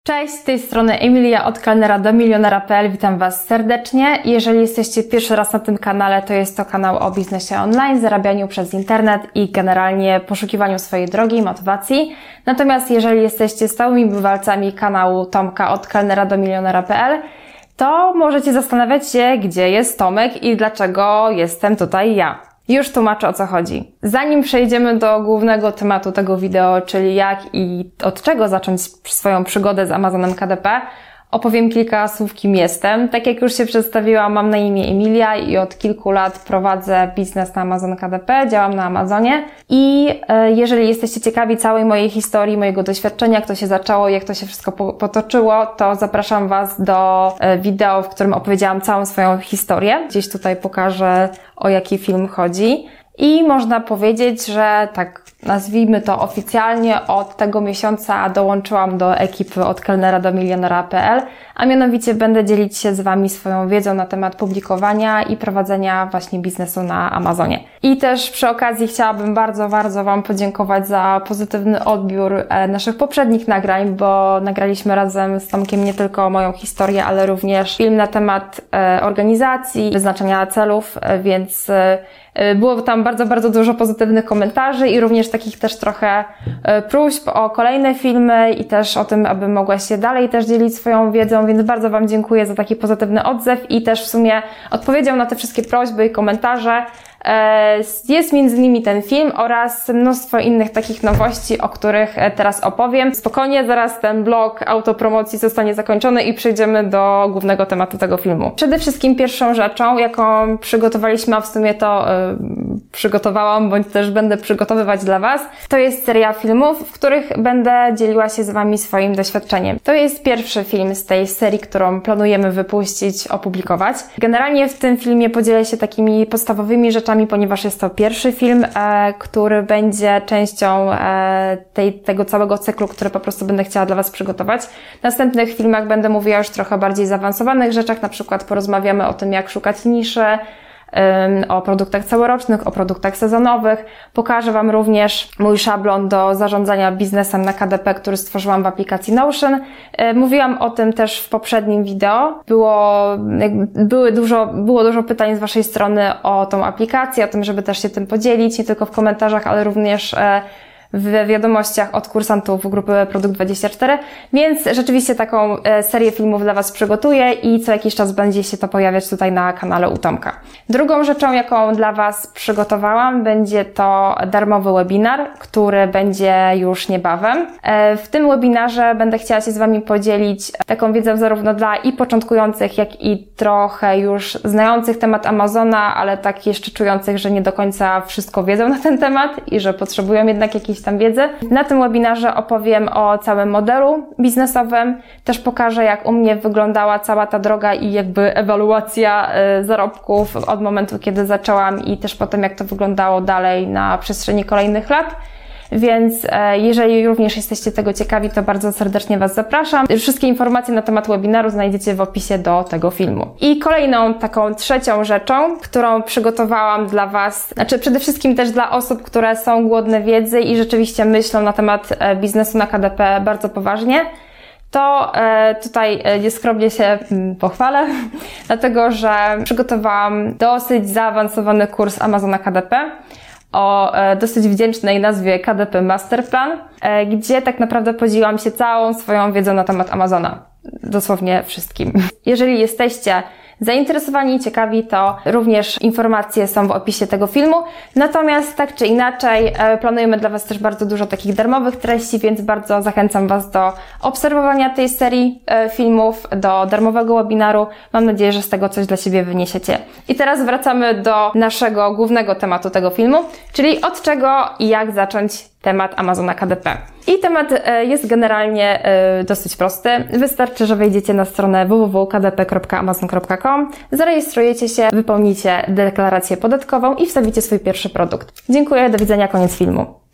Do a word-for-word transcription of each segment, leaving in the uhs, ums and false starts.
Cześć, z tej strony Emilia od kelnera do milionera kropka p l. Witam Was serdecznie. Jeżeli jesteście pierwszy raz na tym kanale, to jest to kanał o biznesie online, zarabianiu przez internet i generalnie poszukiwaniu swojej drogi i motywacji. Natomiast jeżeli jesteście stałymi bywalcami kanału Tomka od kelnera do milionera kropka p l, to możecie zastanawiać się, gdzie jest Tomek i dlaczego jestem tutaj ja. Już tłumaczę, o co chodzi. Zanim przejdziemy do głównego tematu tego wideo, czyli jak i od czego zacząć swoją przygodę z Amazonem K D P, opowiem kilka słów, kim jestem. Tak jak już się przedstawiłam, mam na imię Emilia i od kilku lat prowadzę biznes na Amazon K D P, działam na Amazonie i jeżeli jesteście ciekawi całej mojej historii, mojego doświadczenia, jak to się zaczęło, jak to się wszystko potoczyło, to zapraszam Was do wideo, w którym opowiedziałam całą swoją historię. Gdzieś tutaj pokażę, o jaki film chodzi. I można powiedzieć, że tak nazwijmy to oficjalnie od tego miesiąca dołączyłam do ekipy od kelnera do milionera kropka p l, a mianowicie będę dzielić się z Wami swoją wiedzą na temat publikowania i prowadzenia właśnie biznesu na Amazonie. I też przy okazji chciałabym bardzo, bardzo Wam podziękować za pozytywny odbiór naszych poprzednich nagrań, bo nagraliśmy razem z Tomkiem nie tylko moją historię, ale również film na temat organizacji, wyznaczenia celów, więc było tam bardzo, bardzo dużo pozytywnych komentarzy i również takich też trochę próśb o kolejne filmy i też o tym, aby mogła się dalej też dzielić swoją wiedzą, więc bardzo Wam dziękuję za taki pozytywny odzew i też w sumie odpowiedzią na te wszystkie prośby i komentarze jest między innymi ten film oraz mnóstwo innych takich nowości, o których teraz opowiem. Spokojnie, zaraz ten blok autopromocji zostanie zakończony i przejdziemy do głównego tematu tego filmu. Przede wszystkim pierwszą rzeczą, jaką przygotowaliśmy, a w sumie to yy, przygotowałam, bądź też będę przygotowywać dla Was, to jest seria filmów, w których będę dzieliła się z Wami swoim doświadczeniem. To jest pierwszy film z tej serii, którą planujemy wypuścić, opublikować. Generalnie w tym filmie podzielę się takimi podstawowymi rzeczami, ponieważ jest to pierwszy film, e, który będzie częścią e, tej, tego całego cyklu, który po prostu będę chciała dla Was przygotować. W następnych filmach będę mówiła już trochę bardziej zaawansowanych rzeczach, na przykład porozmawiamy o tym, jak szukać niszy, o produktach całorocznych, o produktach sezonowych. Pokażę Wam również mój szablon do zarządzania biznesem na K D P, który stworzyłam w aplikacji Notion. Mówiłam o tym też w poprzednim wideo. Było, były dużo, było dużo pytań z Waszej strony o tą aplikację, o tym, żeby też się tym podzielić, nie tylko w komentarzach, ale również w wiadomościach od kursantów grupy Produkt dwadzieścia cztery, więc rzeczywiście taką serię filmów dla Was przygotuję i co jakiś czas będzie się to pojawiać tutaj na kanale u Tomka. Drugą rzeczą, jaką dla Was przygotowałam, będzie to darmowy webinar, który będzie już niebawem. W tym webinarze będę chciała się z Wami podzielić taką wiedzą zarówno dla i początkujących, jak i trochę już znających temat Amazona, ale tak jeszcze czujących, że nie do końca wszystko wiedzą na ten temat i że potrzebują jednak jakiejś tam wiedzy. Na tym webinarze opowiem o całym modelu biznesowym. Też pokażę, jak u mnie wyglądała cała ta droga i jakby ewaluacja zarobków od momentu, kiedy zaczęłam i też potem, jak to wyglądało dalej na przestrzeni kolejnych lat. Więc jeżeli również jesteście tego ciekawi, to bardzo serdecznie Was zapraszam. Wszystkie informacje na temat webinaru znajdziecie w opisie do tego filmu. I kolejną taką trzecią rzeczą, którą przygotowałam dla Was, znaczy przede wszystkim też dla osób, które są głodne wiedzy i rzeczywiście myślą na temat biznesu na K D P bardzo poważnie, to tutaj nieskromnie się pochwalę, dlatego że przygotowałam dosyć zaawansowany kurs Amazona K D P o dosyć wdzięcznej nazwie K D P Masterplan, gdzie tak naprawdę podzieliłam się całą swoją wiedzą na temat Amazona. Dosłownie wszystkim. Jeżeli jesteście zainteresowani i ciekawi, to również informacje są w opisie tego filmu. Natomiast tak czy inaczej planujemy dla Was też bardzo dużo takich darmowych treści, więc bardzo zachęcam Was do obserwowania tej serii filmów, do darmowego webinaru. Mam nadzieję, że z tego coś dla siebie wyniesiecie. I teraz wracamy do naszego głównego tematu tego filmu, czyli od czego i jak zacząć temat Amazona K D P. I temat jest generalnie dosyć prosty. Wystarczy, że wejdziecie na stronę w w w kropka k d p kropka amazon kropka com, zarejestrujecie się, wypełnicie deklarację podatkową i wstawicie swój pierwszy produkt. Dziękuję, do widzenia, koniec filmu.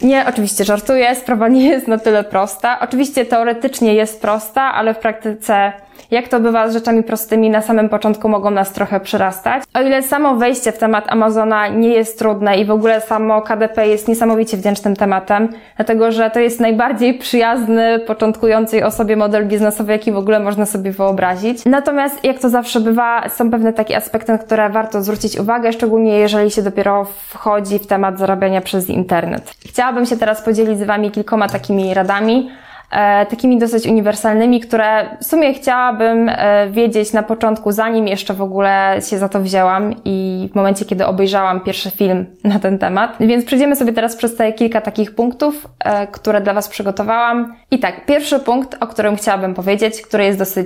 Nie, oczywiście żartuję, sprawa nie jest na tyle prosta. Oczywiście teoretycznie jest prosta, ale w praktyce, jak to bywa z rzeczami prostymi, na samym początku mogą nas trochę przyrastać. O ile samo wejście w temat Amazona nie jest trudne i w ogóle samo K D P jest niesamowicie wdzięcznym tematem, dlatego że to jest najbardziej przyjazny początkującej osobie model biznesowy, jaki w ogóle można sobie wyobrazić. Natomiast, jak to zawsze bywa, są pewne takie aspekty, na które warto zwrócić uwagę, szczególnie jeżeli się dopiero wchodzi w temat zarabiania przez internet. Chciałabym się teraz podzielić z Wami kilkoma takimi radami, E, takimi dosyć uniwersalnymi, które w sumie chciałabym e, wiedzieć na początku, zanim jeszcze w ogóle się za to wzięłam i w momencie, kiedy obejrzałam pierwszy film na ten temat. Więc przejdziemy sobie teraz przez te kilka takich punktów, e, które dla Was przygotowałam. I tak, pierwszy punkt, o którym chciałabym powiedzieć, który jest dosyć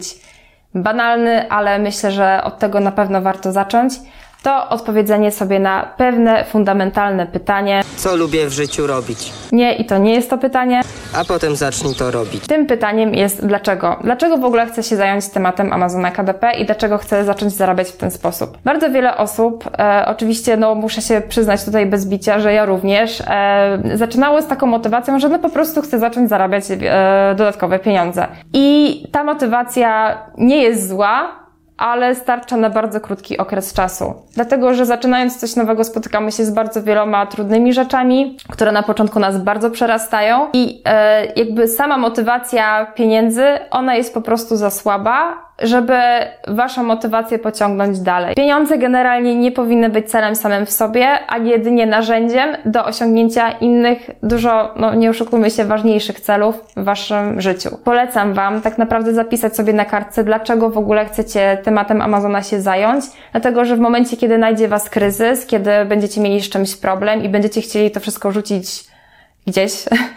banalny, ale myślę, że od tego na pewno warto zacząć, to odpowiedzenie sobie na pewne fundamentalne pytanie. Co lubię w życiu robić? Nie, i to nie jest to pytanie. A potem zacznij to robić. Tym pytaniem jest dlaczego. Dlaczego w ogóle chcę się zająć tematem Amazona K D P i dlaczego chcę zacząć zarabiać w ten sposób? Bardzo wiele osób, e, oczywiście no muszę się przyznać tutaj bez bicia, że ja również, e, zaczynało z taką motywacją, że no po prostu chcę zacząć zarabiać e, dodatkowe pieniądze. I ta motywacja nie jest zła, ale starcza na bardzo krótki okres czasu. Dlatego, że zaczynając coś nowego spotykamy się z bardzo wieloma trudnymi rzeczami, które na początku nas bardzo przerastają i e, jakby sama motywacja pieniędzy, ona jest po prostu za słaba, żeby Waszą motywację pociągnąć dalej. Pieniądze generalnie nie powinny być celem samym w sobie, a jedynie narzędziem do osiągnięcia innych, dużo, no nie oszukujmy się, ważniejszych celów w Waszym życiu. Polecam Wam tak naprawdę zapisać sobie na kartce, dlaczego w ogóle chcecie tematem Amazona się zająć, dlatego, że w momencie, kiedy najdzie Was kryzys, kiedy będziecie mieli z czymś problem i będziecie chcieli to wszystko rzucić gdzieś,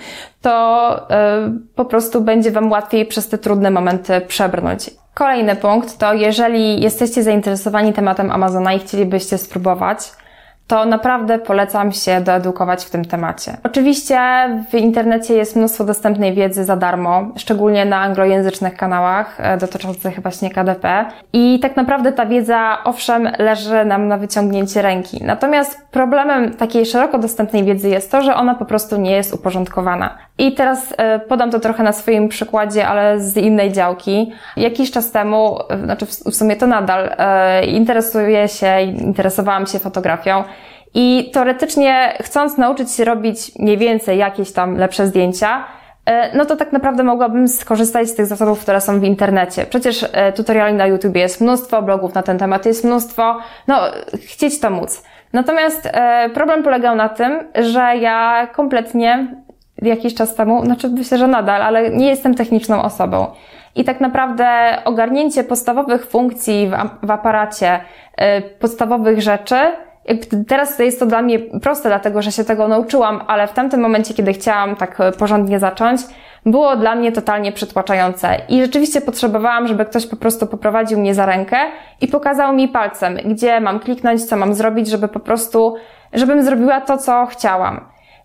to yy, po prostu będzie Wam łatwiej przez te trudne momenty przebrnąć. Kolejny punkt to, jeżeli jesteście zainteresowani tematem Amazona i chcielibyście spróbować, to naprawdę polecam się doedukować w tym temacie. Oczywiście w internecie jest mnóstwo dostępnej wiedzy za darmo, szczególnie na anglojęzycznych kanałach dotyczących właśnie K D P. I tak naprawdę ta wiedza, owszem, leży nam na wyciągnięcie ręki. Natomiast problemem takiej szeroko dostępnej wiedzy jest to, że ona po prostu nie jest uporządkowana. I teraz podam to trochę na swoim przykładzie, ale z innej działki. Jakiś czas temu, znaczy w sumie to nadal, interesuję się, interesowałam się fotografią. I teoretycznie, chcąc nauczyć się robić mniej więcej jakieś tam lepsze zdjęcia, no to tak naprawdę mogłabym skorzystać z tych zasobów, które są w internecie. Przecież tutoriali na YouTube jest mnóstwo, blogów na ten temat jest mnóstwo, no chcieć to móc. Natomiast problem polegał na tym, że ja kompletnie jakiś czas temu, znaczy myślę, że nadal, ale nie jestem techniczną osobą. I tak naprawdę ogarnięcie podstawowych funkcji w, w aparacie, podstawowych rzeczy, teraz jest to dla mnie proste, dlatego że się tego nauczyłam, ale w tamtym momencie, kiedy chciałam tak porządnie zacząć, było dla mnie totalnie przytłaczające. I rzeczywiście potrzebowałam, żeby ktoś po prostu poprowadził mnie za rękę i pokazał mi palcem, gdzie mam kliknąć, co mam zrobić, żeby po prostu, żebym zrobiła to, co chciałam.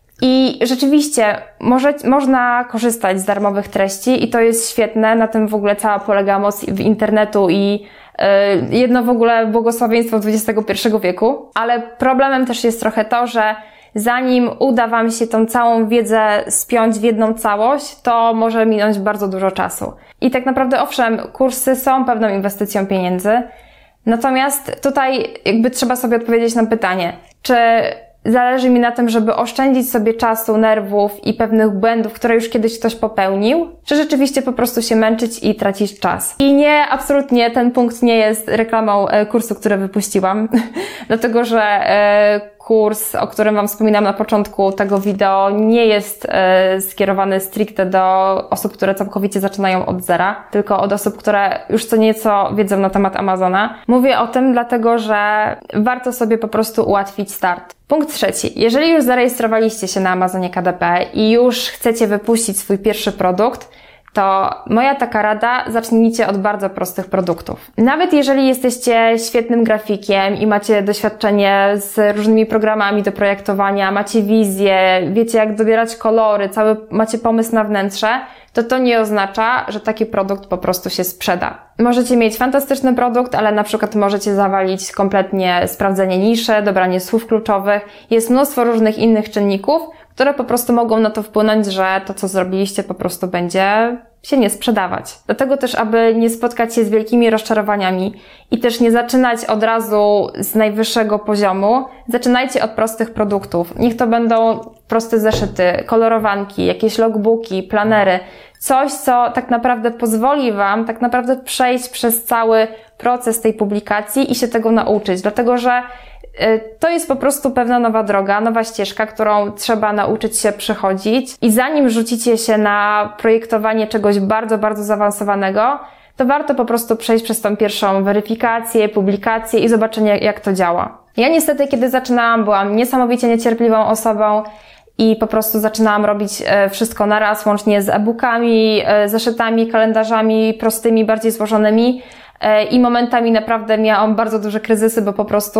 I rzeczywiście może, można korzystać z darmowych treści i to jest świetne, na tym w ogóle cała polega moc w internetu i yy, jedno w ogóle błogosławieństwo dwudziestego pierwszego wieku. Ale problemem też jest trochę to, że zanim uda Wam się tą całą wiedzę spiąć w jedną całość, to może minąć bardzo dużo czasu. I tak naprawdę owszem, kursy są pewną inwestycją pieniędzy, natomiast tutaj jakby trzeba sobie odpowiedzieć na pytanie, czy zależy mi na tym, żeby oszczędzić sobie czasu, nerwów i pewnych błędów, które już kiedyś ktoś popełnił, czy rzeczywiście po prostu się męczyć i tracić czas. I nie, absolutnie ten punkt nie jest reklamą kursu, który wypuściłam, dlatego że kurs, o którym Wam wspominam na początku tego wideo, nie jest e, skierowany stricte do osób, które całkowicie zaczynają od zera, tylko od osób, które już co nieco wiedzą na temat Amazona. Mówię o tym dlatego, że warto sobie po prostu ułatwić start. Punkt trzeci. Jeżeli już zarejestrowaliście się na Amazonie K D P i już chcecie wypuścić swój pierwszy produkt, to moja taka rada, zacznijcie od bardzo prostych produktów. Nawet jeżeli jesteście świetnym grafikiem i macie doświadczenie z różnymi programami do projektowania, macie wizję, wiecie jak dobierać kolory, cały macie pomysł na wnętrze, to to nie oznacza, że taki produkt po prostu się sprzeda. Możecie mieć fantastyczny produkt, ale na przykład możecie zawalić kompletnie sprawdzenie niszy, dobranie słów kluczowych. Jest mnóstwo różnych innych czynników, które po prostu mogą na to wpłynąć, że to, co zrobiliście, po prostu będzie się nie sprzedawać. Dlatego też, aby nie spotkać się z wielkimi rozczarowaniami i też nie zaczynać od razu z najwyższego poziomu, zaczynajcie od prostych produktów. Niech to będą proste zeszyty, kolorowanki, jakieś logbooki, planery, coś, co tak naprawdę pozwoli Wam tak naprawdę przejść przez cały proces tej publikacji i się tego nauczyć, dlatego że to jest po prostu pewna nowa droga, nowa ścieżka, którą trzeba nauczyć się przechodzić i zanim rzucicie się na projektowanie czegoś bardzo, bardzo zaawansowanego, to warto po prostu przejść przez tą pierwszą weryfikację, publikację i zobaczenie, jak to działa. Ja niestety, kiedy zaczynałam, byłam niesamowicie niecierpliwą osobą i po prostu zaczynałam robić wszystko naraz, łącznie z e-bookami, zeszytami, kalendarzami prostymi, bardziej złożonymi. I momentami naprawdę miałam bardzo duże kryzysy, bo po prostu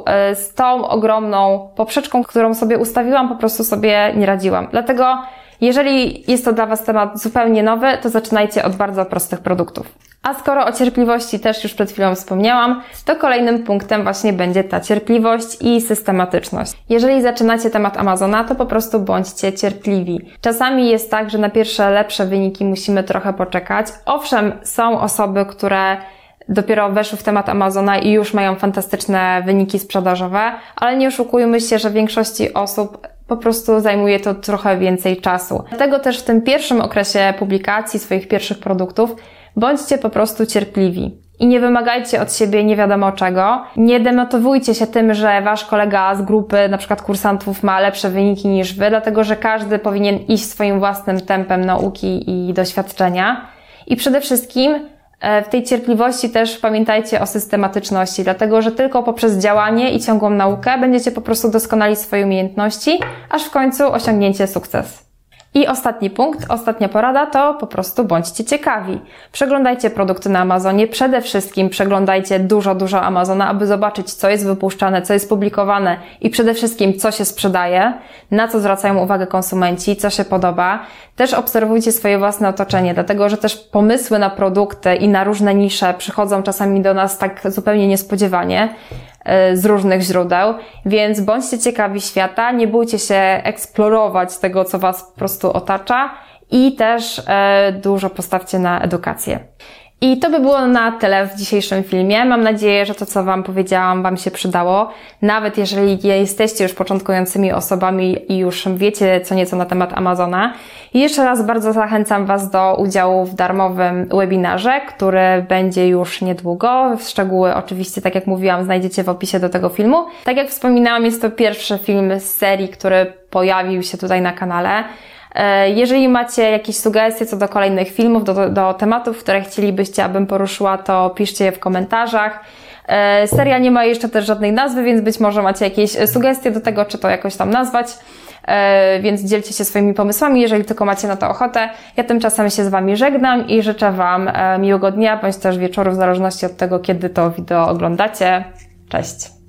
z tą ogromną poprzeczką, którą sobie ustawiłam, po prostu sobie nie radziłam. Dlatego, jeżeli jest to dla Was temat zupełnie nowy, to zaczynajcie od bardzo prostych produktów. A skoro o cierpliwości też już przed chwilą wspomniałam, to kolejnym punktem właśnie będzie ta cierpliwość i systematyczność. Jeżeli zaczynacie temat Amazona, to po prostu bądźcie cierpliwi. Czasami jest tak, że na pierwsze lepsze wyniki musimy trochę poczekać. Owszem, są osoby, które dopiero weszły w temat Amazona i już mają fantastyczne wyniki sprzedażowe, ale nie oszukujmy się, że większości osób po prostu zajmuje to trochę więcej czasu. Dlatego też w tym pierwszym okresie publikacji swoich pierwszych produktów bądźcie po prostu cierpliwi i nie wymagajcie od siebie nie wiadomo czego. Nie demotywujcie się tym, że Wasz kolega z grupy, na przykład kursantów, ma lepsze wyniki niż Wy, dlatego że każdy powinien iść swoim własnym tempem nauki i doświadczenia. I przede wszystkim w tej cierpliwości też pamiętajcie o systematyczności, dlatego że tylko poprzez działanie i ciągłą naukę będziecie po prostu doskonalić swoje umiejętności, aż w końcu osiągnięcie sukces. I ostatni punkt, ostatnia porada to po prostu bądźcie ciekawi. Przeglądajcie produkty na Amazonie, przede wszystkim przeglądajcie dużo, dużo Amazona, aby zobaczyć, co jest wypuszczane, co jest publikowane i przede wszystkim, co się sprzedaje, na co zwracają uwagę konsumenci, co się podoba. Też obserwujcie swoje własne otoczenie, dlatego że też pomysły na produkty i na różne nisze przychodzą czasami do nas tak zupełnie niespodziewanie z różnych źródeł, więc bądźcie ciekawi świata, nie bójcie się eksplorować tego, co Was po prostu otacza i też e, dużo postawcie na edukację. I to by było na tyle w dzisiejszym filmie. Mam nadzieję, że to, co Wam powiedziałam, Wam się przydało. Nawet jeżeli jesteście już początkującymi osobami i już wiecie co nieco na temat Amazona. I jeszcze raz bardzo zachęcam Was do udziału w darmowym webinarze, który będzie już niedługo. Szczegóły oczywiście, tak jak mówiłam, znajdziecie w opisie do tego filmu. Tak jak wspominałam, jest to pierwszy film z serii, który pojawił się tutaj na kanale. Jeżeli macie jakieś sugestie co do kolejnych filmów, do, do tematów, które chcielibyście, abym poruszyła, to piszcie je w komentarzach. Seria nie ma jeszcze też żadnej nazwy, więc być może macie jakieś sugestie do tego, czy to jakoś tam nazwać, więc dzielcie się swoimi pomysłami, jeżeli tylko macie na to ochotę. Ja tymczasem się z Wami żegnam i życzę Wam miłego dnia, bądź też wieczoru, w zależności od tego, kiedy to wideo oglądacie. Cześć!